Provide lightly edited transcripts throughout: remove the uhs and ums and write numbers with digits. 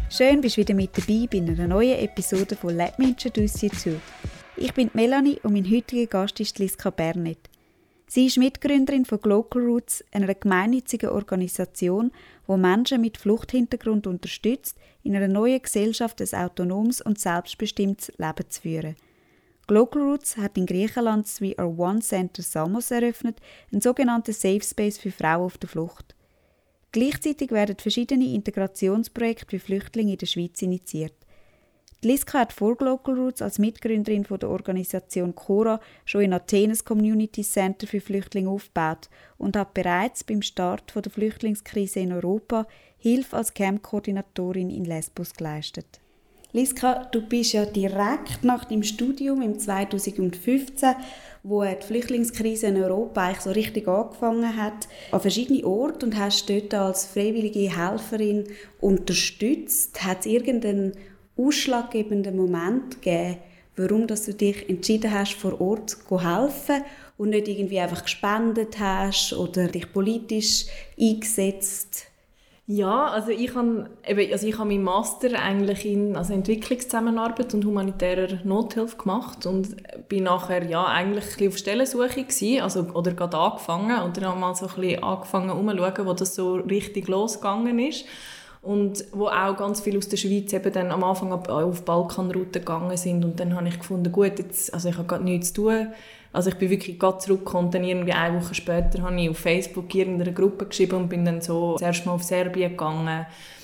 Schön, bist du wieder mit dabei bei einer neuen Episode von «Let me introduce you to». Ich bin Melanie und mein heutiger Gast ist Liska Bernet. Sie ist Mitgründerin von Glocal Roots, einer gemeinnützigen Organisation, die Menschen mit Fluchthintergrund unterstützt, in einer neuen Gesellschaft ein autonomes und selbstbestimmtes Leben zu führen. Glocal Roots hat in Griechenland das We Are One Center Samos eröffnet, ein sogenannter Safe Space für Frauen auf der Flucht. Gleichzeitig werden verschiedene Integrationsprojekte für Flüchtlinge in der Schweiz initiiert. Die Liska hat vor Glocal Roots als Mitgründerin von der Organisation Cora schon in Athen ein Community Center für Flüchtlinge aufgebaut und hat bereits beim Start der Flüchtlingskrise in Europa Hilfe als Camp-Koordinatorin in Lesbos geleistet. Liska, du bist ja direkt nach dem Studium im 2015, wo die Flüchtlingskrise in Europa eigentlich so richtig angefangen hat, an verschiedene Orte und hast dort als freiwillige Helferin unterstützt. Hat es irgendeinen ausschlaggebenden Moment gegeben, warum dass du dich entschieden hast, vor Ort zu helfen und nicht irgendwie einfach gespendet hast oder dich politisch eingesetzt? Ja, also ich habe meinen Master eigentlich in Entwicklungszusammenarbeit und humanitärer Nothilfe gemacht und bin nachher eigentlich ein bisschen auf Stellensuche gewesen, oder gerade angefangen oder habe mal so ein bisschen angefangen umzuschauen, wo das so richtig losgegangen ist und wo auch ganz viele aus der Schweiz eben dann am Anfang auf Balkanroute gegangen sind und dann habe ich gefunden, gut, jetzt, ich habe gerade nichts zu tun. Also ich bin wirklich gerade zurückgekommen und dann irgendwie eine Woche später habe ich auf Facebook irgendeine Gruppe geschrieben und bin dann so zuerst mal auf Serbien gegangen.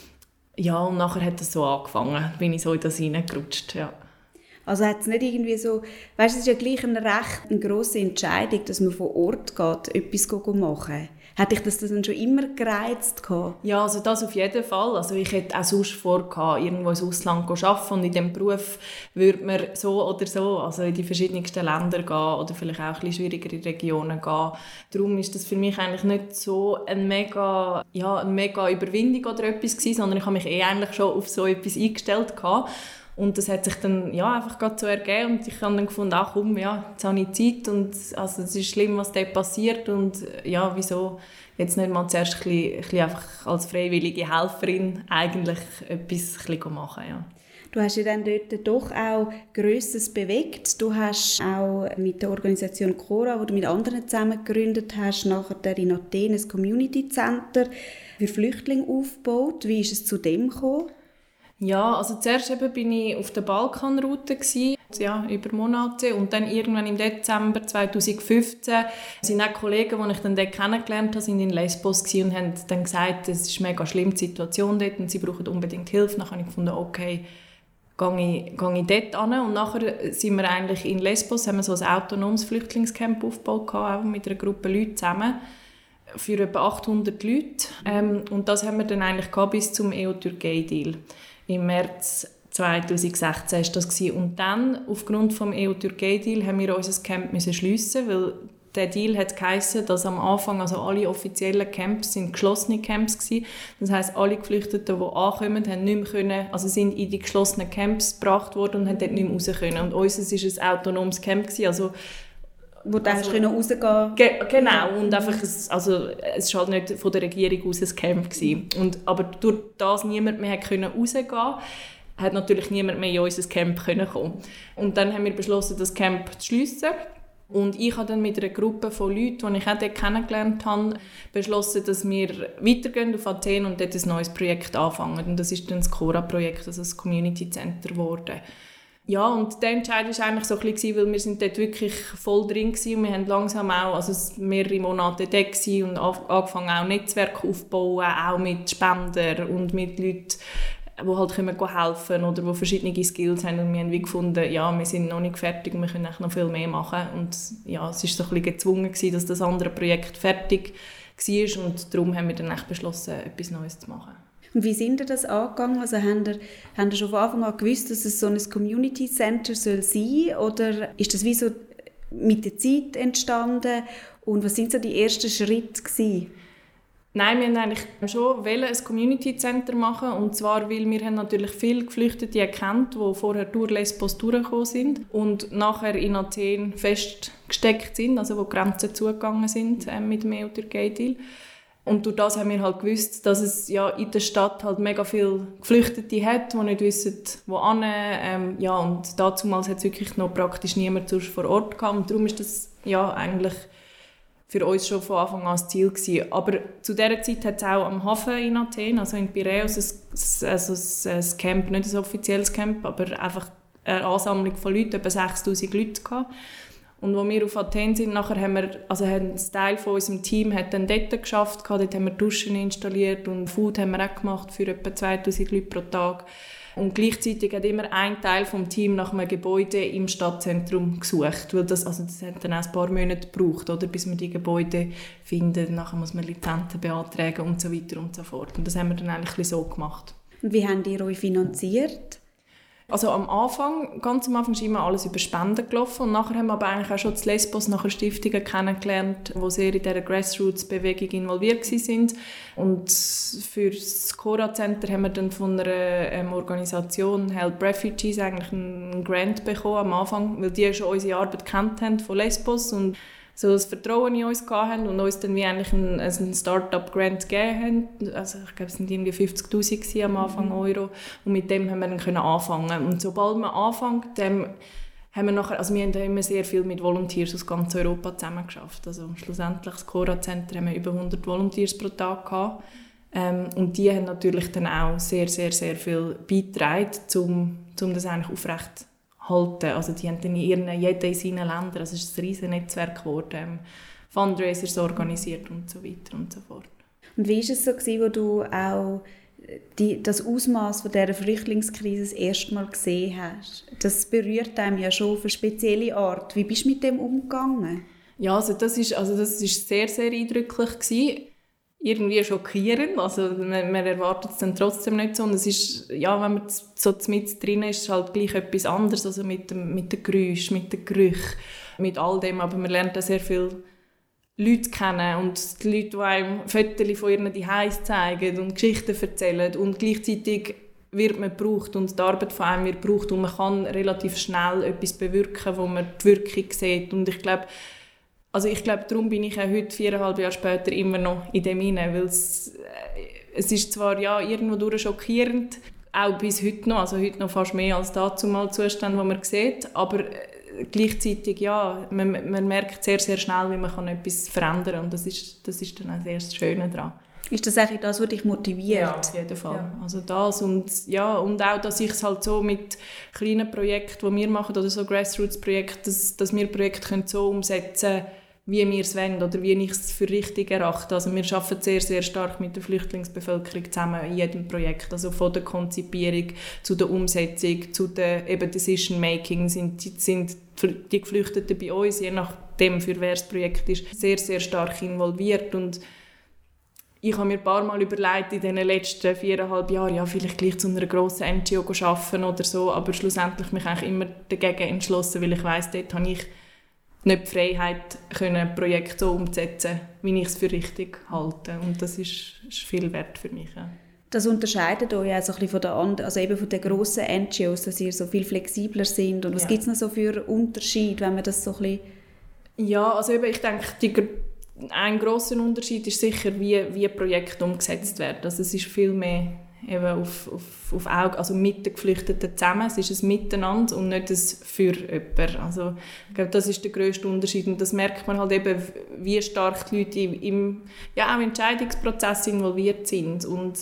Ja, und nachher hat das so angefangen, bin ich so in das reingerutscht, ja. Also hat es nicht irgendwie so, weißt du, es ist ja gleich eine grosse Entscheidung, dass man vor Ort geht, etwas machen. Hat dich das dann schon immer gereizt? Ja, also das auf jeden Fall. Also ich hätte auch sonst vor, irgendwo ins Ausland zu arbeiten und in diesem Beruf würde man so oder so, also in die verschiedensten Länder gehen oder vielleicht auch ein bisschen schwierigere Regionen gehen. Darum ist das für mich eigentlich nicht so eine mega Überwindung oder etwas gewesen, sondern ich habe mich eigentlich schon auf so etwas eingestellt gehabt. Und das hat sich dann einfach gerade so ergeben und ich habe dann gefunden, jetzt habe ich Zeit und also es ist schlimm, was dort passiert und wieso jetzt nicht mal zuerst ein bisschen einfach als freiwillige Helferin eigentlich etwas machen, ja. Du hast ja dann dort doch auch Grösseres bewegt. Du hast auch mit der Organisation Cora, die du mit anderen zusammen gegründet hast, nachher in Athen ein Community Center für Flüchtlinge aufgebaut. Wie ist es zu dem gekommen? Ja, also zuerst bin ich auf der Balkanroute gewesen, über Monate und dann irgendwann im Dezember 2015 sind auch Kollegen, die ich dann dort kennengelernt habe, sind in Lesbos gewesen und haben dann gesagt, es ist eine mega schlimme Situation dort und sie brauchen unbedingt Hilfe. Dann habe ich gefunden, okay, gehe ich dort hin und nachher sind wir eigentlich in Lesbos, haben wir so ein autonomes Flüchtlingscamp aufgebaut, auch mit einer Gruppe Leute zusammen. Für etwa 800 Leute. Und das haben wir dann eigentlich bis zum EU-Türkei-Deal. Im März 2016 war das. Und dann, aufgrund des EU-Türkei-Deal, haben wir unser Camp schliessen, weil der Deal hat geheissen, dass am Anfang alle offiziellen Camps sind geschlossene Camps gewesen. Das heisst, alle Geflüchteten, die ankommen, haben nicht mehr können, sind in die geschlossenen Camps gebracht worden und haben dort nicht mehr raus können. Und unseres war ein autonomes Camp gewesen, wo du rausgehen. Genau, und einfach, es war halt nicht von der Regierung aus ein Camp gewesen. Aber durch das niemand mehr rausgehen konnte, hat natürlich niemand mehr in unser Camp kommen. Und dann haben wir beschlossen, das Camp zu schliessen. Und ich habe dann mit einer Gruppe von Leuten, die ich auch dort kennengelernt habe, beschlossen, dass wir weitergehen auf Athen und dort ein neues Projekt anfangen. Und das ist dann das Cora-Projekt, also das Community Center geworden. Ja, und der Entscheid war eigentlich so ein bisschen, weil wir sind dort wirklich voll drin waren. Wir haben langsam auch mehrere Monate dort gewesen und angefangen auch Netzwerke aufzubauen, auch mit Spendern und mit Leuten, die halt helfen können oder die verschiedene Skills haben. Und wir haben gefunden, wir sind noch nicht fertig und wir können noch viel mehr machen. Und ja, es war so ein bisschen gezwungen gewesen, dass das andere Projekt fertig war und darum haben wir dann beschlossen, etwas Neues zu machen. Und wie sind ihr das angegangen? Also haben ihr schon von Anfang an gewusst, dass es so ein Community Center sein soll? Oder ist das wie so mit der Zeit entstanden? Und was sind so die ersten Schritte gewesen? Nein, wir wollten eigentlich schon ein Community Center machen. Und zwar, weil wir haben natürlich viele Geflüchtete erkannt, die vorher durch Lesbos durchgekommen sind und nachher in Athen festgesteckt sind, also wo die Grenzen zugegangen sind mit dem EU-Türkei-Deal. Und durch das haben wir halt gewusst, dass es ja in der Stadt halt mega viele Geflüchtete hat, die nicht wissen, wohin. Ja, und damals hat es wirklich noch praktisch niemand vor Ort gehabt. Und darum ist das ja eigentlich für uns schon von Anfang an das Ziel gewesen. Aber zu dieser Zeit hat es auch am Hafen in Athen, also in Piräus, ein Camp, nicht ein offizielles Camp, aber einfach eine Ansammlung von Leuten, etwa 6000 Leute gehabt. Und als wir auf Athen sind, nachher haben wir, also ein Teil von unserem Team hat dann dort geschafft, dort haben wir Duschen installiert und Food haben wir auch gemacht für etwa 2000 Leute pro Tag. Und gleichzeitig hat immer ein Teil des Teams nach einem Gebäude im Stadtzentrum gesucht, weil das hat dann auch ein paar Monate gebraucht, oder, bis wir die Gebäude finden. Nachher muss man Lizenzen beantragen und so weiter und so fort. Und das haben wir dann eigentlich so gemacht. Und wie habt ihr euch finanziert? Also ganz am Anfang ist immer alles über Spenden gelaufen und nachher haben wir aber eigentlich auch schon die Lesbos nachher Stiftungen kennengelernt, die sehr in dieser Grassroots-Bewegung involviert waren. Und für das Cora Center haben wir dann von einer Organisation Help Refugees eigentlich einen Grant bekommen am Anfang, weil die schon unsere Arbeit kennt haben von Lesbos und so das Vertrauen in uns hatten und uns dann wie eigentlich einen Start-up-Grant gegeben haben. Also ich glaube, es waren irgendwie 50'000 am Anfang Euro und mit dem haben wir dann anfangen. Und sobald man anfängt, haben wir nachher, also wir haben immer sehr viel mit Volunteers aus ganz Europa zusammen geschafft. Also schlussendlich das Cora Center haben wir über 100 Volunteers pro Tag gehabt. Und die haben natürlich dann auch sehr, sehr, sehr viel beigetragen, um das eigentlich aufrecht halten. Also die haben dann jeder in seinen Ländern, also es ist ein riesiges Netzwerk geworden, Fundraisers organisiert und so weiter und so fort. Und wie war es so, wo du auch das Ausmaß von dieser Flüchtlingskrise das erste Mal gesehen hast? Das berührt einem ja schon auf eine spezielle Art. Wie bist du mit dem umgegangen? Ja, also das ist sehr, sehr eindrücklich gewesen. Irgendwie schockierend, also man erwartet es dann trotzdem nicht so und es ist, ja, wenn man so mit drin ist, ist es halt gleich etwas anderes, also mit den Geräuschen, mit den Gerüchen, mit all dem, aber man lernt auch sehr viele Leute kennen und die Leute, die einem Fotos von ihren Zuhause zeigen und Geschichten erzählen und gleichzeitig wird man gebraucht und die Arbeit von einem wird gebraucht und man kann relativ schnell etwas bewirken, wo man die Wirkung sieht und ich glaube, darum bin ich auch heute, 4,5 Jahre später, immer noch in dem hinein, weil es ist zwar ja irgendwo durch schockierend, auch bis heute noch, also heute noch fast mehr als dazumal Zustände, die man sieht, aber gleichzeitig, ja, man merkt sehr, sehr schnell, wie man etwas verändern kann und das ist dann auch sehr das Schöne daran. Ist das eigentlich das, was dich motiviert? Ja, auf jeden Fall. Ja. Also das und auch, dass ich es halt so mit kleinen Projekten, die wir machen, oder so Grassroots-Projekten, dass wir Projekte so umsetzen können, wie wir es wollen oder wie ich es für richtig erachte. Also wir arbeiten sehr, sehr stark mit der Flüchtlingsbevölkerung zusammen in jedem Projekt. Also von der Konzipierung zu der Umsetzung, zu der Decision-Making sind die Geflüchteten bei uns, je nachdem, für wer das Projekt ist, sehr, sehr stark involviert. Und ich habe mir ein paar Mal überlegt, in den letzten 4,5 Jahren, ja, vielleicht gleich zu einer grossen NGO arbeiten oder so, aber schlussendlich mich eigentlich immer dagegen entschlossen, weil ich weiss, dort habe ich nicht die Freiheit, ein Projekt so umzusetzen, wie ich es für richtig halte. Und das ist viel wert für mich. Ja. Das unterscheidet euch also ein bisschen von den anderen, also eben von den grossen NGOs, dass ihr so viel flexibler sind. Und was gibt es noch so für Unterschiede, wenn man das so ein bisschen... Ja, also eben, ich denke, ein grosser Unterschied ist sicher, wie Projekte umgesetzt werden. Also es ist viel mehr eben auf Auge, also mit den Geflüchteten zusammen. Es ist ein Miteinander und nicht ein für jemanden. Also ich glaube, das ist der grösste Unterschied und das merkt man halt eben, wie stark die Leute im auch Entscheidungsprozess involviert sind. Und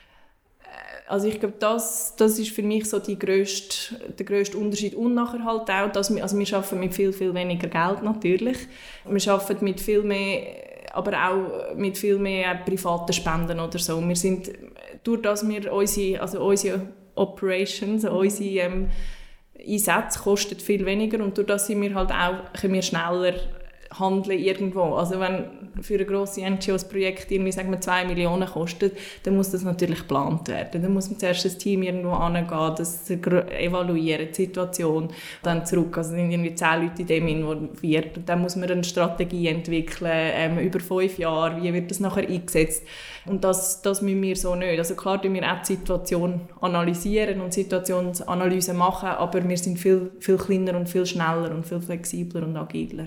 also ich glaube, das ist für mich so der grösste Unterschied. Und nachher halt auch, dass wir arbeiten mit viel, viel weniger Geld natürlich. Wir arbeiten mit viel mehr, aber auch mit viel mehr privaten Spenden oder so. Wir sind, durch das wir unsere Operations, unsere Einsätze kosten viel weniger und durch das können wir schneller handeln irgendwo. Also wenn für eine grosse NGO ein Projekt irgendwie, sagen wir, 2 Millionen kostet, dann muss das natürlich geplant werden. Dann muss man zuerst ein Team irgendwo hingehen, das evaluieren, die Situation, dann zurück. Also sind irgendwie 10 Leute in dem involviert. Und dann muss man eine Strategie entwickeln, über 5 Jahre, wie wird das nachher eingesetzt. Und das müssen wir so nicht. Also klar analysieren wir auch die Situation analysieren und Situationsanalysen machen, aber wir sind viel, viel kleiner und viel schneller und viel flexibler und agiler.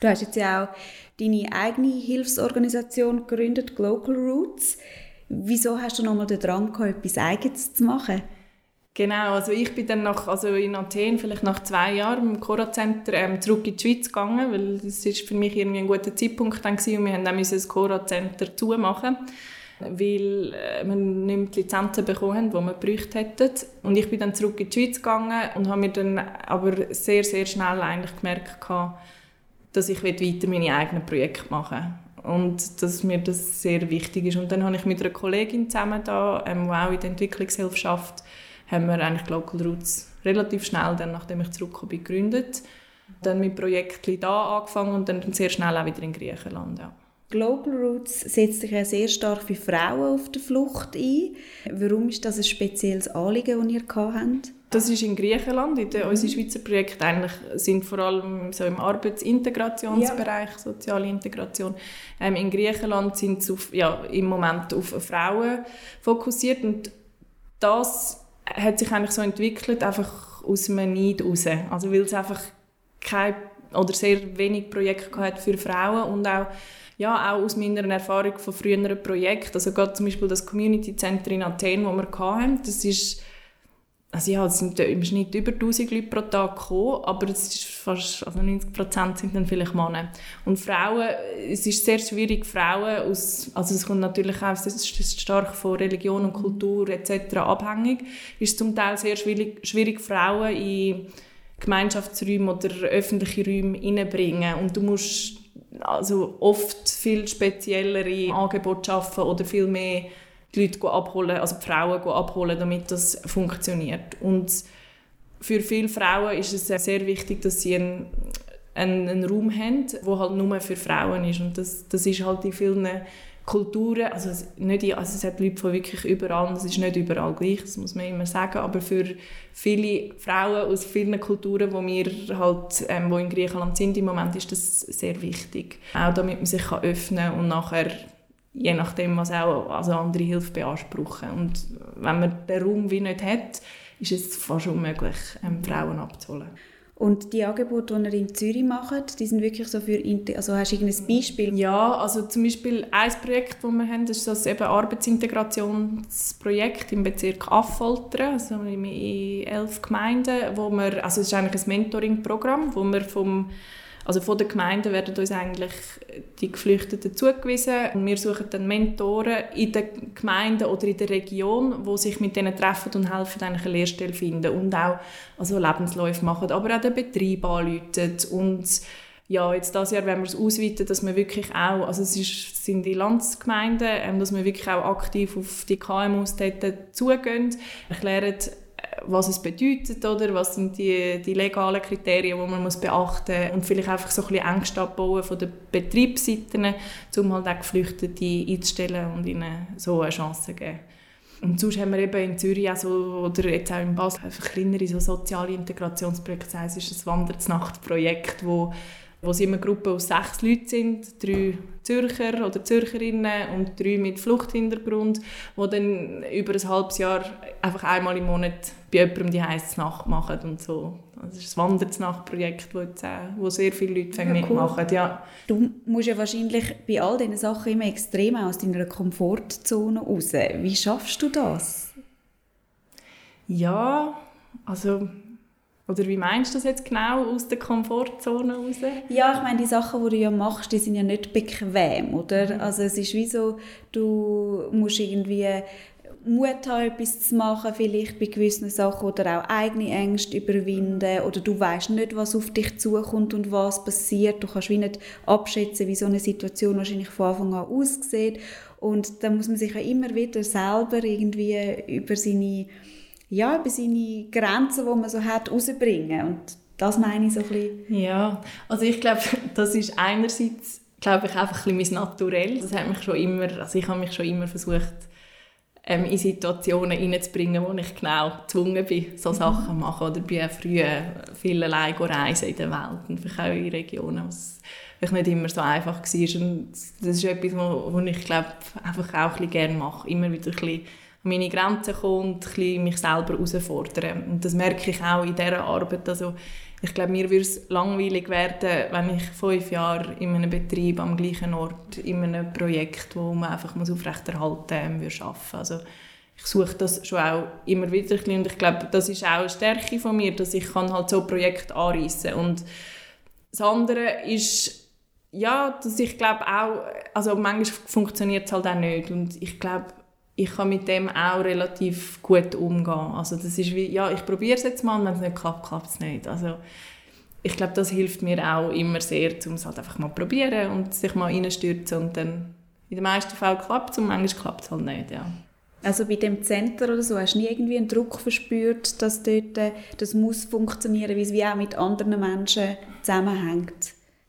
Du hast jetzt ja auch deine eigene Hilfsorganisation gegründet, Glocal Roots. Wieso hast du nochmal den Drang gehabt, etwas Eigenes zu machen? Genau, also ich bin dann in Athen, vielleicht nach 2 Jahren im Cora-Center zurück in die Schweiz gegangen, weil das ist für mich irgendwie ein guter Zeitpunkt dann gewesen, und wir haben dann das Cora-Center zumachen, weil wir nicht mehr die Lizenzen bekommen haben, die wir gebraucht hätten. Und ich bin dann zurück in die Schweiz gegangen und habe mir dann aber sehr, sehr schnell eigentlich gemerkt, dass ich weiter meine eigenen Projekte machen will. Und dass mir das sehr wichtig ist. Und dann habe ich mit einer Kollegin zusammen, die auch in der Entwicklungshilfe arbeitet, haben wir eigentlich Glocal Roots relativ schnell, dann, nachdem ich zurückgekommen bin, gegründet. Dann mit Projekten hier angefangen und dann sehr schnell auch wieder in Griechenland. Ja. Glocal Roots setzt sich ja sehr stark für Frauen auf der Flucht ein. Warum ist das ein spezielles Anliegen, das ihr hattet? Das ist in Griechenland. Unsere Schweizer Projekte eigentlich sind vor allem so im Arbeitsintegrationsbereich, soziale Integration. In Griechenland sind sie im Moment auf Frauen fokussiert. Und das hat sich eigentlich so entwickelt, einfach aus einem Neid heraus. Also weil es einfach keine oder sehr wenig Projekte hatte für Frauen und auch aus meiner Erfahrung von früheren Projekten. Also gerade zum Beispiel das Community Center in Athen, das wir hatten, das ist, es sind im Schnitt über 1000 Leute pro Tag gekommen, aber es ist fast, 90% sind dann vielleicht Männer. Und Frauen, es ist sehr schwierig, Frauen es kommt natürlich auch, es ist stark von Religion und Kultur etc. abhängig, es ist zum Teil sehr schwierig Frauen in Gemeinschaftsräume oder öffentliche Räume hineinbringen. Und du musst oft viel speziellere Angebote schaffen oder viel mehr die Leute abholen, also die Frauen abholen, damit das funktioniert. Und für viele Frauen ist es sehr wichtig, dass sie einen Raum haben, der halt nur für Frauen ist. Und das ist halt in vielen Kulturen, es hat Leute von wirklich überall, das ist nicht überall gleich, das muss man immer sagen, aber für viele Frauen aus vielen Kulturen, die in Griechenland sind im Moment, ist das sehr wichtig. Auch damit man sich öffnen kann und nachher je nachdem, was auch andere Hilfe beanspruchen. Und wenn man den Raum wie nicht hat, ist es fast unmöglich, Frauen abzuholen. Und die Angebote, die ihr in Zürich macht, die sind wirklich so für... Also hast du irgendein Beispiel? Ja, also zum Beispiel ein Projekt, das wir haben, das ist das Arbeitsintegrationsprojekt im Bezirk Affoltern, also in 11 Gemeinden, es ist eigentlich ein Mentoring-Programm, wo wir von den Gemeinden werden uns eigentlich die Geflüchteten zugewiesen. Und wir suchen dann Mentoren in den Gemeinden oder in der Region, die sich mit denen treffen und helfen, eine Lehrstelle zu finden. Und auch Lebensläufe machen, aber auch den Betrieb anrufen. Und jetzt dieses Jahr wollen wir es ausweiten, dass wir wirklich auch, sind die Landsgemeinden, dass wir wirklich auch aktiv auf die KMUs dort zugehen, erklären, was es bedeutet, oder was sind die legalen Kriterien, die man beachten muss, und vielleicht einfach so ein bisschen Ängste abbauen von den Betriebsseiten, um halt auch Geflüchtete einzustellen und ihnen so eine Chance zu geben. Und sonst haben wir eben in Zürich oder jetzt auch in Basel einfach kleinere soziale Integrationsprojekte. Das heisst, es ist ein Wanderznachtprojekt, wo es immer Gruppen aus 6 Leuten sind, 3 Zürcher oder Zürcherinnen und 3 mit Fluchthintergrund, die dann über ein halbes Jahr einfach einmal im Monat bei jemandem die Nacht machen und so. Das ist ein Wanderznachtprojekt, wo sehr viele Leute mitmachen. Cool. Ja. Du musst ja wahrscheinlich bei all diesen Sachen immer extrem aus deiner Komfortzone raus. Wie schaffst du das? Ja, oder wie meinst du das jetzt genau, aus der Komfortzone raus? Ja, ich meine, die Sachen, die du ja machst, die sind ja nicht bequem, oder? Also es ist wie so, du musst irgendwie Mut haben, etwas zu machen, vielleicht bei gewissen Sachen, oder auch eigene Ängste überwinden, oder du weißt nicht, was auf dich zukommt und was passiert. Du kannst wie nicht abschätzen, wie so eine Situation wahrscheinlich von Anfang an aussieht. Und da muss man sich ja immer wieder selber irgendwie über seine Grenzen, die man so hat, rausbringen. Und das meine ich so ein bisschen. Ja, also ich glaube, das ist einerseits, einfach ein bisschen mein Naturell. Das hat mich schon immer, ich habe mich schon immer versucht, in Situationen hineinzubringen, wo ich genau gezwungen bin, so Sachen zu machen. Oder bin früher viel allein reisen in der Welt und vielleicht auch in Regionen, was nicht immer so einfach war. Und das ist etwas, was ich glaube, einfach auch ein bisschen gerne mache. Immer wieder ein bisschen meine Grenzen kommen und ein bisschen mich selber herausfordern. Und das merke ich auch in dieser Arbeit. Also, ich glaube, mir würde es langweilig werden, wenn ich 5 Jahre in einem Betrieb am gleichen Ort, in einem Projekt, wo man einfach aufrechterhalten muss, arbeiten. Also, ich suche das schon auch immer wieder und ich glaube, das ist auch eine Stärke von mir, dass ich halt so Projekte anreissen kann. Und das andere ist, ja, dass ich glaube auch, also manchmal funktioniert es halt auch nicht und ich glaube, ich kann mit dem auch relativ gut umgehen. Also das ist wie, ja, ich probiere es jetzt mal und wenn es nicht klappt, klappt es nicht. Also ich glaube, das hilft mir auch immer sehr, um es halt einfach mal probieren und sich mal reinstürzen und dann in den meisten Fällen klappt es und manchmal klappt es halt nicht, ja. Also bei dem Center oder so, hast du nie irgendwie einen Druck verspürt, dass dort das muss funktionieren, weil es wie auch mit anderen Menschen zusammenhängt?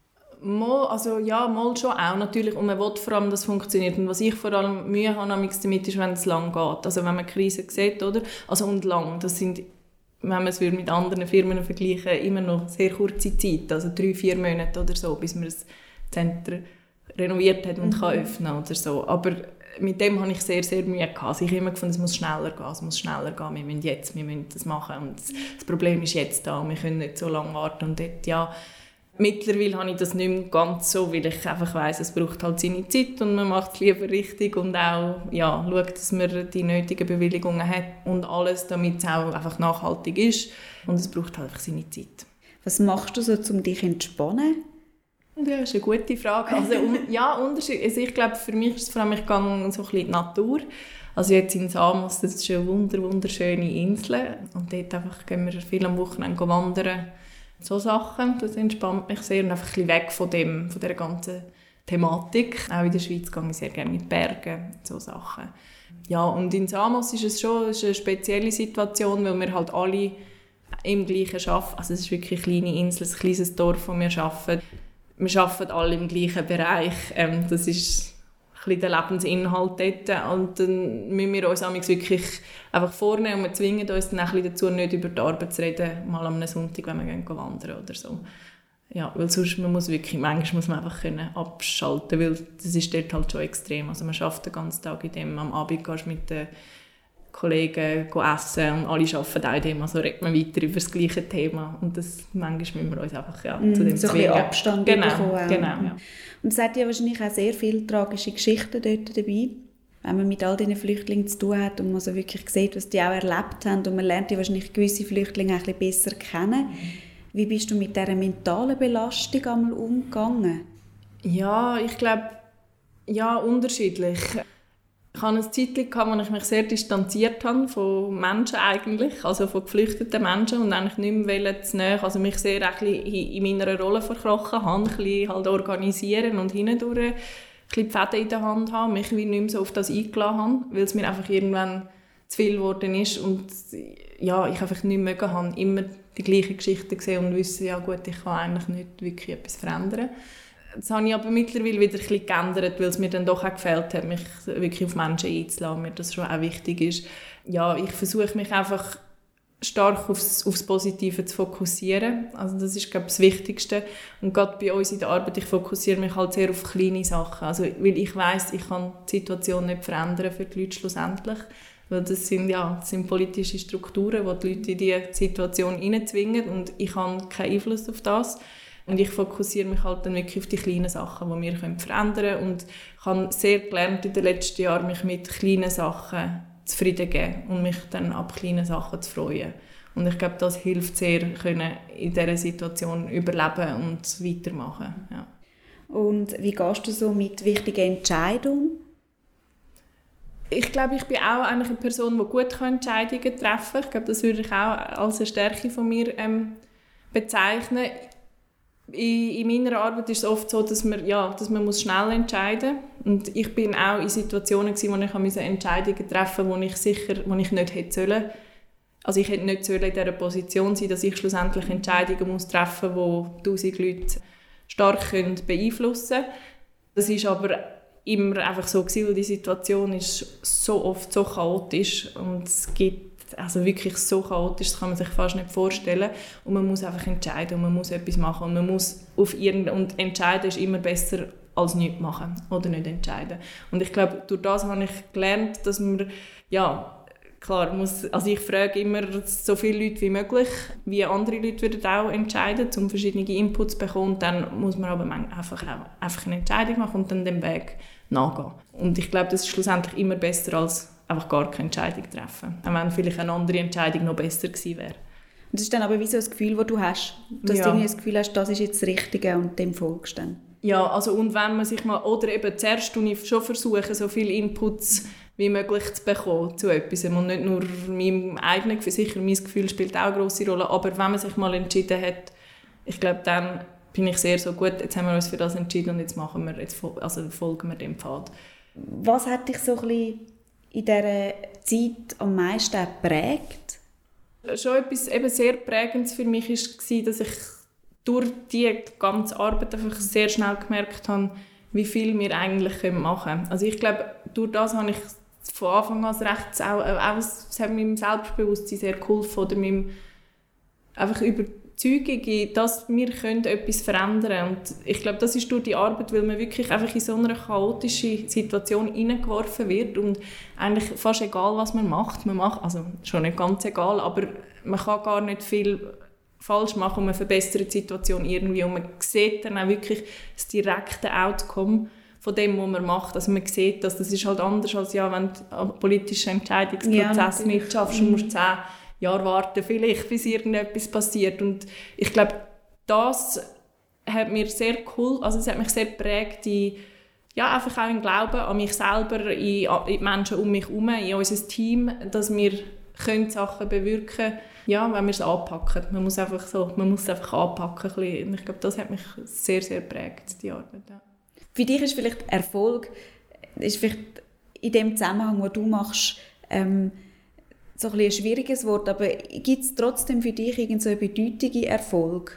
Also ja, mal schon auch natürlich und man will vor allem, dass es funktioniert und was ich vor allem Mühe habe damit ist, wenn es lang geht, also wenn man Krisen sieht, oder? Also und lang, das sind, wenn man es mit anderen Firmen vergleichen, immer noch sehr kurze Zeit, also 3-4 Monate oder so, bis man das Center renoviert hat und kann öffnen oder so, aber mit dem habe ich sehr, sehr Mühe gehabt. Also ich habe immer gefunden, es muss schneller gehen, wir müssen das machen und das Problem ist jetzt da und wir können nicht so lange warten und dort, ja, mittlerweile habe ich das nicht mehr ganz so, weil ich einfach weiss, es braucht halt seine Zeit und man macht es lieber richtig und auch ja, schaut, dass man die nötigen Bewilligungen hat und alles, damit es auch einfach nachhaltig ist und es braucht halt einfach seine Zeit. Was machst du so, um dich zu entspannen? Ja, das ist eine gute Frage. Also, ja, Unterschied. Also ich glaube, für mich ist es vor allem, ich gehe so ein bisschen in die Natur. Also jetzt in Samos, das ist eine wunderschöne Insel. Und dort einfach gehen wir viel am Wochenende wandern. So Sachen, das entspannt mich sehr. Und einfach ein bisschen weg von dieser ganzen Thematik. Auch in der Schweiz gehe ich sehr gerne mit Bergen, so Sachen. Ja, und in Samos ist es schon eine spezielle Situation, weil wir halt alle im gleichen arbeiten. Also es ist wirklich eine kleine Insel, ein kleines Dorf, wo wir arbeiten. Wir arbeiten alle im gleichen Bereich. Das ist ein bisschen der Lebensinhalt dort. Und dann müssen wir uns wirklich einfach vornehmen und wir zwingen uns dann ein bisschen dazu, nicht über die Arbeit zu reden, mal am Sonntag, wenn wir gehen wandern oder so. Ja, weil sonst manchmal muss man einfach abschalten, weil das ist dort halt schon extrem. Also man arbeitet den ganzen Tag in dem, am Abend gehst du mit den Kollegen essen und alle arbeiten auch in dem, also redet man weiter über das gleiche Thema und das manchmal müssen wir uns einfach zu dem so ein bisschen Abstand bekommen. Genau, ja. Und es hat ja wahrscheinlich auch sehr viele tragische Geschichten dort dabei, wenn man mit all diesen Flüchtlingen zu tun hat und man so wirklich sieht, was die auch erlebt haben und man lernt ja wahrscheinlich gewisse Flüchtlinge ein bisschen besser kennen. Wie bist du mit dieser mentalen Belastung einmal umgegangen? Ja, ich glaube, ja, unterschiedlich. Ich hatte eine Zeit, wo ich mich sehr distanziert habe von Menschen eigentlich, also von geflüchteten Menschen und eigentlich nicht mehr zu nahe, also mich sehr in meiner Rolle verkrochen habe, ein bisschen halt organisieren und hindurch ein bisschen die Fäden in der Hand haben, mich nicht mehr so auf das eingeladen habe, weil es mir einfach irgendwann zu viel geworden ist und ja, ich einfach nicht mehr habe, immer die gleiche Geschichte gesehen und wusste, ja gut, ich kann eigentlich nicht wirklich etwas verändern. Das habe ich aber mittlerweile wieder ein bisschen geändert, weil es mir dann doch auch gefällt hat, mich wirklich auf Menschen einzulassen, mir das schon auch wichtig ist. Ja, ich versuche mich einfach stark aufs Positive zu fokussieren. Also das ist, glaube ich, das Wichtigste. Und gerade bei uns in der Arbeit, ich fokussiere mich halt sehr auf kleine Sachen. Also, weil ich weiss, ich kann die Situation nicht verändern für die Leute schlussendlich. Weil das sind politische Strukturen, die die Leute in diese Situation hineinzwingen und ich habe keinen Einfluss auf das. Und ich fokussiere mich halt dann wirklich auf die kleinen Sachen, die wir verändern können. Und ich habe sehr gelernt in den letzten Jahren, mich mit kleinen Sachen zufrieden geben und mich dann ab kleinen Sachen zu freuen. Und ich glaube, das hilft sehr, in dieser Situation überleben und weitermachen. Ja. Und wie gehst du so mit wichtigen Entscheidungen? Ich glaube, ich bin auch eigentlich eine Person, die gut Entscheidungen treffen kann. Ich glaube, das würde ich auch als eine Stärke von mir bezeichnen. In meiner Arbeit ist es oft so, dass man schnell entscheiden muss. Und ich bin auch in Situationen gewesen, wo ich Entscheidungen treffen musste, die ich nicht hätte sollen. Also ich hätte nicht in dieser Position sein, dass ich schlussendlich Entscheidungen treffen muss, die 1000 Leute stark beeinflussen können. Das ist aber immer einfach so gewesen, weil die Situation ist so oft so chaotisch und es gibt also wirklich so chaotisch, das kann man sich fast nicht vorstellen. Und man muss einfach entscheiden und man muss etwas machen und man muss und entscheiden ist immer besser als nichts machen oder nicht entscheiden. Und ich glaube, durch das habe ich gelernt, dass man, ja, klar, also ich frage immer so viele Leute wie möglich, wie andere Leute würden auch entscheiden, um verschiedene Inputs zu bekommen. Und dann muss man aber einfach eine Entscheidung machen und dann den Weg nachgehen. Und ich glaube, das ist schlussendlich immer besser, als einfach gar keine Entscheidung zu treffen. Auch wenn vielleicht eine andere Entscheidung noch besser gewesen wäre. Und das ist dann aber wie so ein Gefühl, das du hast, dass du das Gefühl hast, das ist jetzt das Richtige und dem folgst du dann. Ja, also und wenn man sich mal, oder eben zuerst ich schon versuche, so viele Inputs wie möglich zu bekommen zu etwas und nicht nur meinem eigenen Gefühl, sicher mein Gefühl spielt auch eine grosse Rolle, aber wenn man sich mal entschieden hat, ich glaube, dann bin ich sehr so gut, jetzt haben wir uns für das entschieden und jetzt folgen wir dem Pfad. Was hat dich so ein bisschen in dieser Zeit am meisten geprägt? Schon etwas eben sehr Prägendes für mich war, dass ich durch die ganze Arbeit einfach sehr schnell gemerkt habe, wie viel wir eigentlich machen können. Also ich glaube, durch das habe ich von Anfang an recht es hat meinem Selbstbewusstsein sehr geholfen oder meinem einfach Überzeugung, dass wir etwas verändern können. Und ich glaube, das ist durch die Arbeit, weil man wirklich einfach in so eine chaotische Situation hineingeworfen wird und eigentlich fast egal, was man macht, also schon nicht ganz egal, aber man kann gar nicht viel falsch machen und man verbessert die Situation irgendwie und man sieht dann auch wirklich das direkte Outcome von dem, was man macht. Also man sieht, dass das ist halt anders als wenn du einen politischen Entscheidungsprozess mitschaffst und musst 10 Jahre warten, vielleicht, bis irgendetwas passiert. Und ich glaube, das hat mir sehr cool, also es hat mich sehr geprägt, einfach auch im Glauben an mich selber, in die Menschen um mich herum, in unser Team, dass wir Sachen bewirken können, wenn wir es anpacken. Man muss es einfach anpacken. Und ich glaube, das hat mich sehr, sehr geprägt, die Arbeit. Ja. Für dich ist vielleicht Erfolg, ist vielleicht in dem Zusammenhang, was du machst, so ein schwieriges Wort, aber gibt es trotzdem für dich irgendeine bedeutende Erfolg?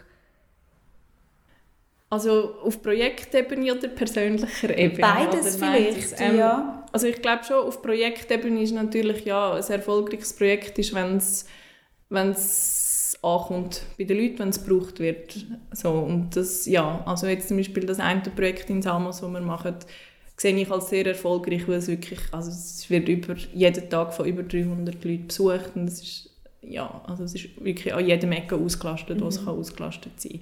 Also auf Projektebene oder persönlicher Ebene? Beides vielleicht, ja. Also ich glaube schon, auf Projektebene ist natürlich ein erfolgreiches Projekt, ist, wenn es ankommt bei den Leuten, wenn es gebraucht wird. So, und das, also jetzt zum Beispiel das eine Projekt in Samos, das wir machen, sehe ich als sehr erfolgreich, weil es wirklich, also es wird jeden Tag von über 300 Leuten besucht und es ist, es ist wirklich an jedem Ecke ausgelastet, wo es ausgelastet sein kann.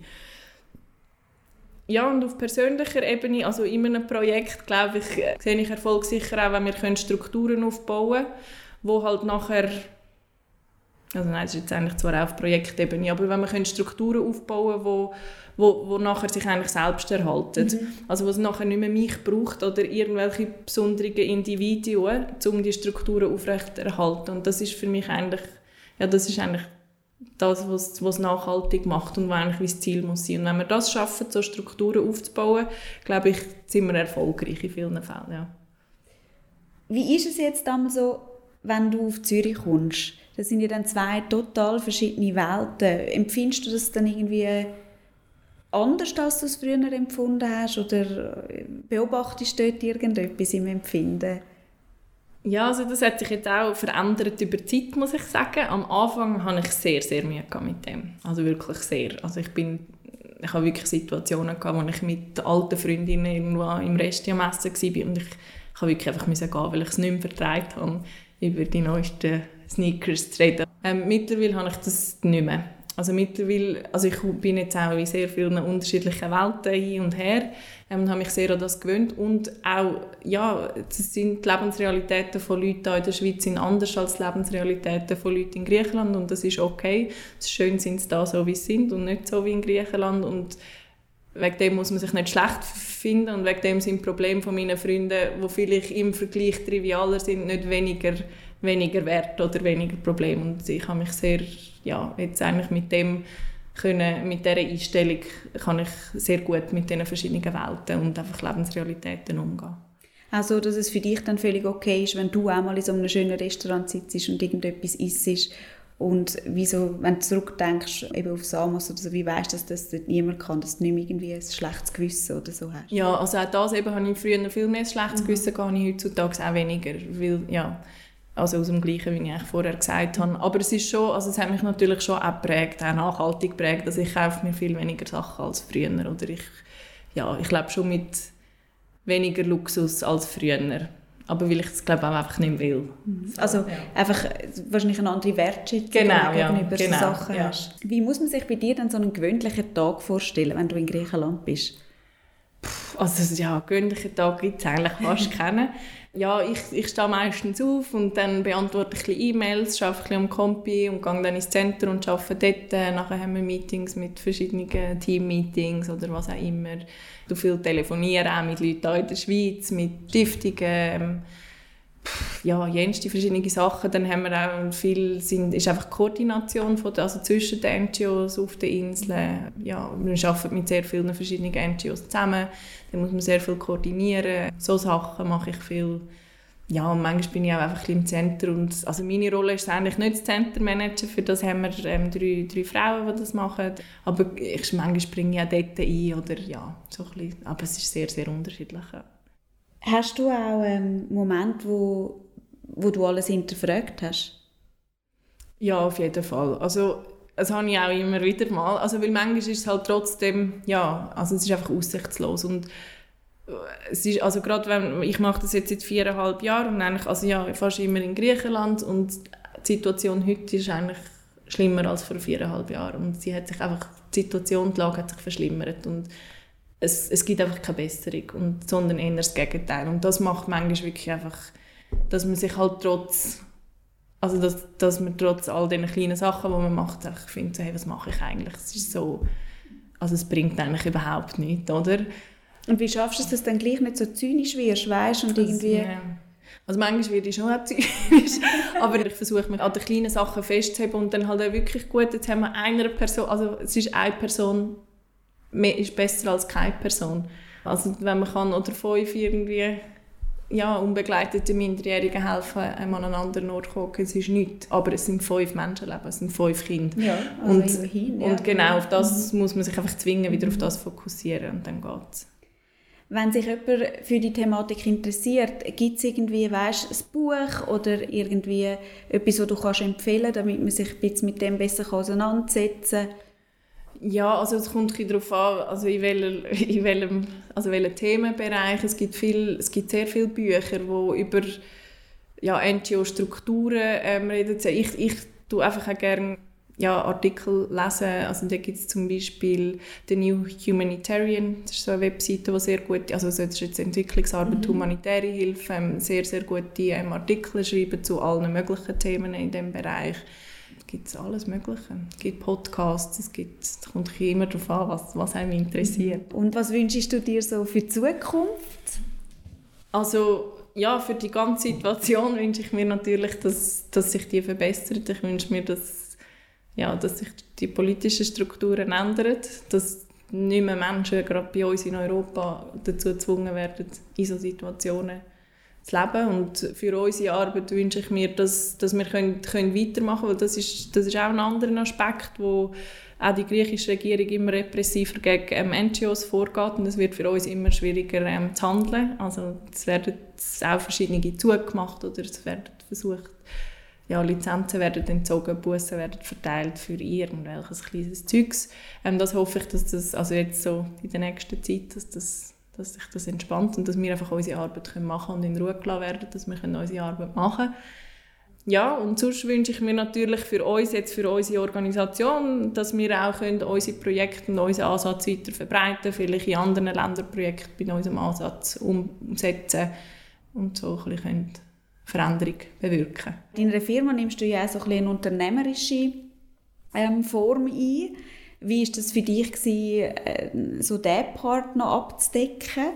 Ja, und auf persönlicher Ebene, also in einem Projekt, glaube ich, sehe ich Erfolg sicher auch, wenn wir Strukturen aufbauen können, wo halt nachher, also nein, das ist jetzt eigentlich zwar auch auf Projektebene, aber wenn wir Strukturen aufbauen können, wo nachher sich eigentlich selbst erhalten. Also wo es nachher nicht mehr mich braucht oder irgendwelche besonderen Individuen, um die Strukturen aufrechterhalten. Und das ist für mich eigentlich, das, was nachhaltig macht und was eigentlich das Ziel muss sein. Und wenn wir das schaffen, so Strukturen aufzubauen, glaube ich, sind wir erfolgreich in vielen Fällen. Ja. Wie ist es jetzt so, wenn du auf Zürich kommst? Das sind ja dann 2 total verschiedene Welten. Empfindest du das dann irgendwie anders, als du es früher empfunden hast? Oder beobachtest du dort irgendetwas im Empfinden? Ja, also das hat sich jetzt auch verändert über die Zeit, muss ich sagen. Am Anfang hatte ich sehr, sehr Mühe mit dem. Also wirklich sehr. Also ich habe wirklich Situationen gehabt, wo ich mit alten Freundinnen irgendwo im Rest am Essen war und ich habe wirklich einfach gehen, weil ich es nicht mehr vertragen habe, über die neuesten Sneakers zu reden. Mittlerweile habe ich das nicht mehr. Also ich bin jetzt auch in sehr vielen unterschiedlichen Welten hin und her und habe mich sehr an das gewöhnt. Und auch, das sind die Lebensrealitäten von Leuten hier in der Schweiz sind anders als die Lebensrealitäten von Leuten in Griechenland und das ist okay. Es ist schön, sind sie da so, wie sie sind und nicht so wie in Griechenland. Und wegen dem muss man sich nicht schlecht finden und wegen dem sind die Probleme von meinen Freunden, die vielleicht im Vergleich trivialer sind, nicht weniger wert oder weniger Problem. Und ich habe mich sehr, jetzt eigentlich mit dieser Einstellung kann ich sehr gut mit diesen verschiedenen Welten und einfach Lebensrealitäten umgehen. Also, dass es für dich dann völlig okay ist, wenn du auch mal in so einem schönen Restaurant sitzt und irgendetwas isst und wieso, wenn du zurückdenkst eben auf Samos oder so, wie weisst du, dass das dort niemand kann, dass du nicht mehr irgendwie ein schlechtes Gewissen oder so hast? Ja, also auch das eben habe ich früher viel mehr ein schlechtes Gewissen gehabt, habe ich heutzutage auch weniger, weil, also aus dem Gleichen, wie ich vorher gesagt habe. Aber es ist schon, also es hat mich natürlich schon auch geprägt, auch nachhaltig geprägt, dass ich kaufe mir viel weniger Sachen als früher. Oder ich lebe schon mit weniger Luxus als früher. Aber weil ich es, glaube ich, auch einfach nicht will. Also einfach wahrscheinlich eine andere Wertschätzung gegenüber so Sachen hast. Wie muss man sich bei dir dann so einen gewöhnlichen Tag vorstellen, wenn du in Griechenland bist? Also ja, gewöhnlichen Tag gibt es eigentlich fast keinen. Ja, ich stehe meistens auf und dann beantworte ich ein bisschen E-Mails, arbeite ein bisschen am Kompi und gehe dann ins Zentrum und arbeite dort. Nachher haben wir Meetings mit verschiedenen Team-Meetings oder was auch immer. Du viel telefonieren, auch mit Leuten hier in der Schweiz, mit Stiftungen, ja, jenste verschiedene Sachen. Dann haben wir auch viel, ist einfach Koordination also zwischen den NGOs auf den Inseln. Ja, wir arbeiten mit sehr vielen verschiedenen NGOs zusammen. Dann muss man sehr viel koordinieren. So Sachen mache ich viel. Ja, und manchmal bin ich auch einfach ein bisschen im Zentrum. Und, also meine Rolle ist eigentlich nicht das Centermanager, für das haben wir drei Frauen, die das machen. Aber manchmal springe ich auch dort ein. Oder, ja, so ein bisschen. Aber es ist sehr, sehr unterschiedlich. Hast du auch einen Moment, wo du alles hinterfragt hast? Ja, auf jeden Fall. Also, das habe ich auch immer wieder mal. Also, weil manchmal ist es halt trotzdem, ja, also es ist einfach aussichtslos. Und es ist, also gerade wenn, ich mache das jetzt seit 4,5 Jahren und eigentlich, also ja, fast immer in Griechenland und die Situation heute ist eigentlich schlimmer als vor 4,5 Jahren. Und sie hat sich einfach, die Situation, die Lage hat sich verschlimmert und es gibt einfach keine Besserung, sondern eher das Gegenteil. Und das macht manchmal wirklich einfach, dass man sich halt trotz man trotz all diesen kleinen Sachen, die man macht, einfach findet, so, hey, was mache ich eigentlich? Es ist so, also es bringt eigentlich überhaupt nichts, oder? Und wie schaffst du es, dass du dann gleich nicht so zynisch wirst, weißt, und irgendwie... Ja. Also manchmal werde ich schon auch zynisch, aber ich versuche mich an den kleinen Sachen festzuhalten und dann halt auch wirklich gut, jetzt haben wir eine Person, also es ist eine Person, mehr ist besser als keine Person. Also wenn man kann oder 5 irgendwie unbegleiteten Minderjährigen helfen, an einen anderen Ort kommen, es ist nichts. Aber es sind 5 Menschenleben, es sind 5 Kinder. Ja, also und genau auf das muss man sich einfach zwingen, wieder auf das fokussieren und dann geht's. Wenn sich jemand für die Thematik interessiert, gibt es irgendwie, weißt, ein Buch oder irgendwie etwas, das du kannst empfehlen, damit man sich ein bisschen mit dem besser auseinandersetzen kann? Ja, also es kommt ein bisschen darauf an, also in welchem Themenbereich. Es gibt sehr viele Bücher, die über NGO-Strukturen reden. Ich tue einfach auch gerne Artikel lesen. Also da gibt es zum Beispiel «The New Humanitarian», das ist so eine Webseite, die sehr gut, also das ist jetzt Entwicklungsarbeit, humanitäre Hilfe, sehr, sehr gute Artikel schreiben zu allen möglichen Themen in diesem Bereich. Es gibt alles Mögliche. Es gibt Podcasts, es kommt immer darauf an, was einem interessiert. Und was wünschst du dir so für die Zukunft? Also ja, für die ganze Situation wünsche ich mir natürlich, dass sich die verbessert. Ich wünsche mir, dass sich die politischen Strukturen ändern, dass nicht mehr Menschen, gerade bei uns in Europa, dazu gezwungen werden, in solchen Situationen zu leben. Und für unsere Arbeit wünsche ich mir, dass wir können weitermachen können, weil das ist auch ein anderer Aspekt, wo auch die griechische Regierung immer repressiver gegen NGOs vorgeht und es wird für uns immer schwieriger zu handeln. Also es werden auch verschiedene zugemacht oder es werden versucht, Lizenzen werden entzogen, Bussen werden verteilt für irgendwelches kleines Zeugs. Das hoffe ich, dass das also jetzt so in der nächsten Zeit, dass sich das entspannt und dass wir einfach unsere Arbeit machen können und in Ruhe gelassen werden, dass wir unsere Arbeit machen können. Ja, und sonst wünsche ich mir natürlich für uns, jetzt für unsere Organisation, dass wir auch unsere Projekte und unseren Ansatz weiter verbreiten, vielleicht in anderen Ländern Projekte bei unserem Ansatz umsetzen und so ein bisschen Veränderung bewirken. In deiner Firma nimmst du ja auch so ein bisschen eine unternehmerische Form ein. Wie war das für dich, so diesen Part noch abzudecken?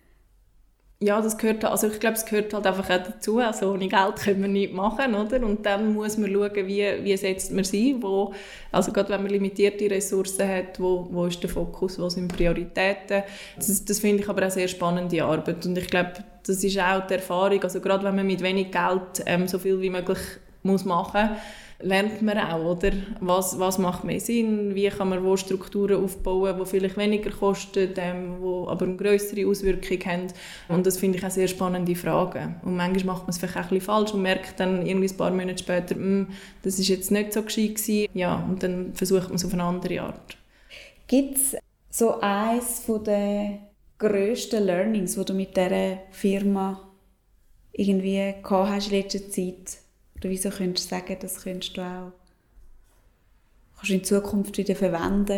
Ja, das gehört, also ich glaube, es gehört halt einfach auch dazu. Also ohne Geld können wir nichts machen, oder? Und dann muss man schauen, wie setzt man sie, also gerade wenn man limitierte Ressourcen hat, wo ist der Fokus, wo sind Prioritäten. Das finde ich aber auch eine sehr spannende Arbeit. Und ich glaube, das ist auch die Erfahrung, also gerade wenn man mit wenig Geld so viel wie möglich machen muss, lernt man auch, oder? Was macht mehr Sinn? Wie kann man wo Strukturen aufbauen, die vielleicht weniger kosten, die aber eine grössere Auswirkung haben? Und das finde ich auch sehr spannende Fragen. Und manchmal macht man es vielleicht auch ein bisschen falsch und merkt dann irgendwie ein paar Monate später, das ist jetzt nicht so gescheit gewesen. Ja, und dann versucht man es auf eine andere Art. Gibt es so eines von den grössten Learnings, die du mit dieser Firma irgendwie gehabt hast in letzter Zeit? Oder wieso könntest du sagen, das kannst du in Zukunft wieder verwenden?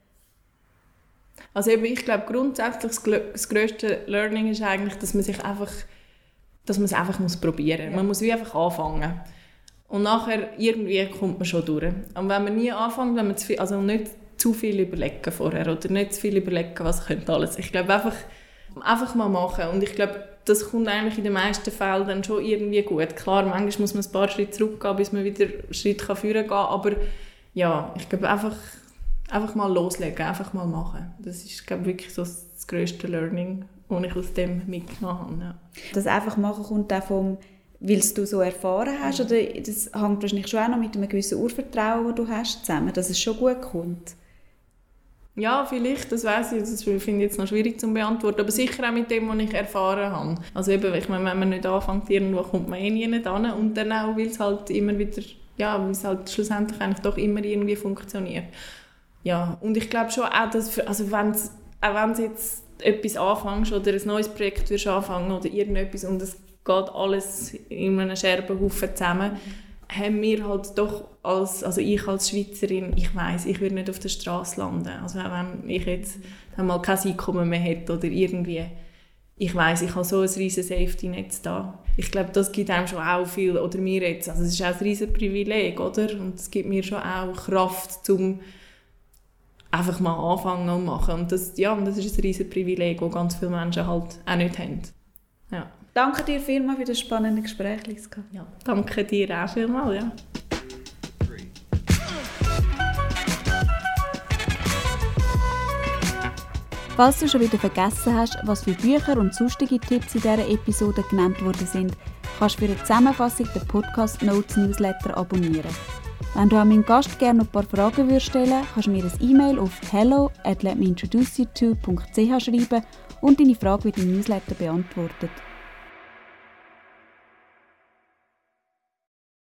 Also eben, ich glaube grundsätzlich das grösste Learning ist eigentlich, dass man es einfach probieren muss. Ja. Man muss wie einfach anfangen. Und nachher irgendwie kommt man schon durch. Und wenn man nie anfängt, wenn man nicht zu viel überlegen vorher oder nicht zu viel überlegen, was könnte alles. Ich glaube einfach mal machen. Und ich glaube, das kommt eigentlich in den meisten Fällen dann schon irgendwie gut. Klar, manchmal muss man ein paar Schritte zurückgehen, bis man wieder einen Schritt vorne gehen kann. Aber ja, ich glaube einfach mal loslegen, einfach mal machen. Das ist, glaube ich, wirklich so das grösste Learning, das ich aus dem mitgenommen habe. Ja. Das einfach machen kommt auch vom, weil du so erfahren hast, oder das hängt wahrscheinlich schon auch noch mit einem gewissen Urvertrauen, das du hast, zusammen, dass es schon gut kommt? Ja, vielleicht, das weiss ich, das finde ich jetzt noch schwierig zu beantworten, aber sicher auch mit dem, was ich erfahren habe. Also eben, ich meine, wenn man nicht anfängt, irgendwo kommt man nie hin und dann auch, weil es halt immer wieder, ja, weil es halt schlussendlich eigentlich doch immer irgendwie funktioniert. Ja, und ich glaube schon auch, dass, also wenn du jetzt etwas anfängst oder ein neues Projekt wirst anfangen oder irgendetwas und es geht alles in einem Scherbenhaufen zusammen, haben wir halt doch, also ich als Schweizerin, ich weiss, ich würde nicht auf der Straße landen. Also auch wenn ich jetzt mal kein Einkommen mehr hätte oder irgendwie, ich weiss, ich habe so ein riesen Safety-Netz da. Ich glaube, das gibt einem schon auch viel, oder mir jetzt, also es ist auch ein riesen Privileg, oder? Und es gibt mir schon auch Kraft, um einfach mal anfangen und machen. Und das ist ein riesen Privileg, das ganz viele Menschen halt auch nicht haben. Ja. Danke dir vielmals für das spannende Gespräch, Liska. Ja, danke dir auch vielmals, ja. Falls du schon wieder vergessen hast, was für Bücher und sonstige Tipps in dieser Episode genannt worden sind, kannst du für eine Zusammenfassung den Podcast Notes Newsletter abonnieren. Wenn du an meinen Gast gerne noch ein paar Fragen stellen würdest, kannst du mir ein E-Mail auf hello@letmeintroduceyouto.ch schreiben und deine Frage wird im Newsletter beantwortet.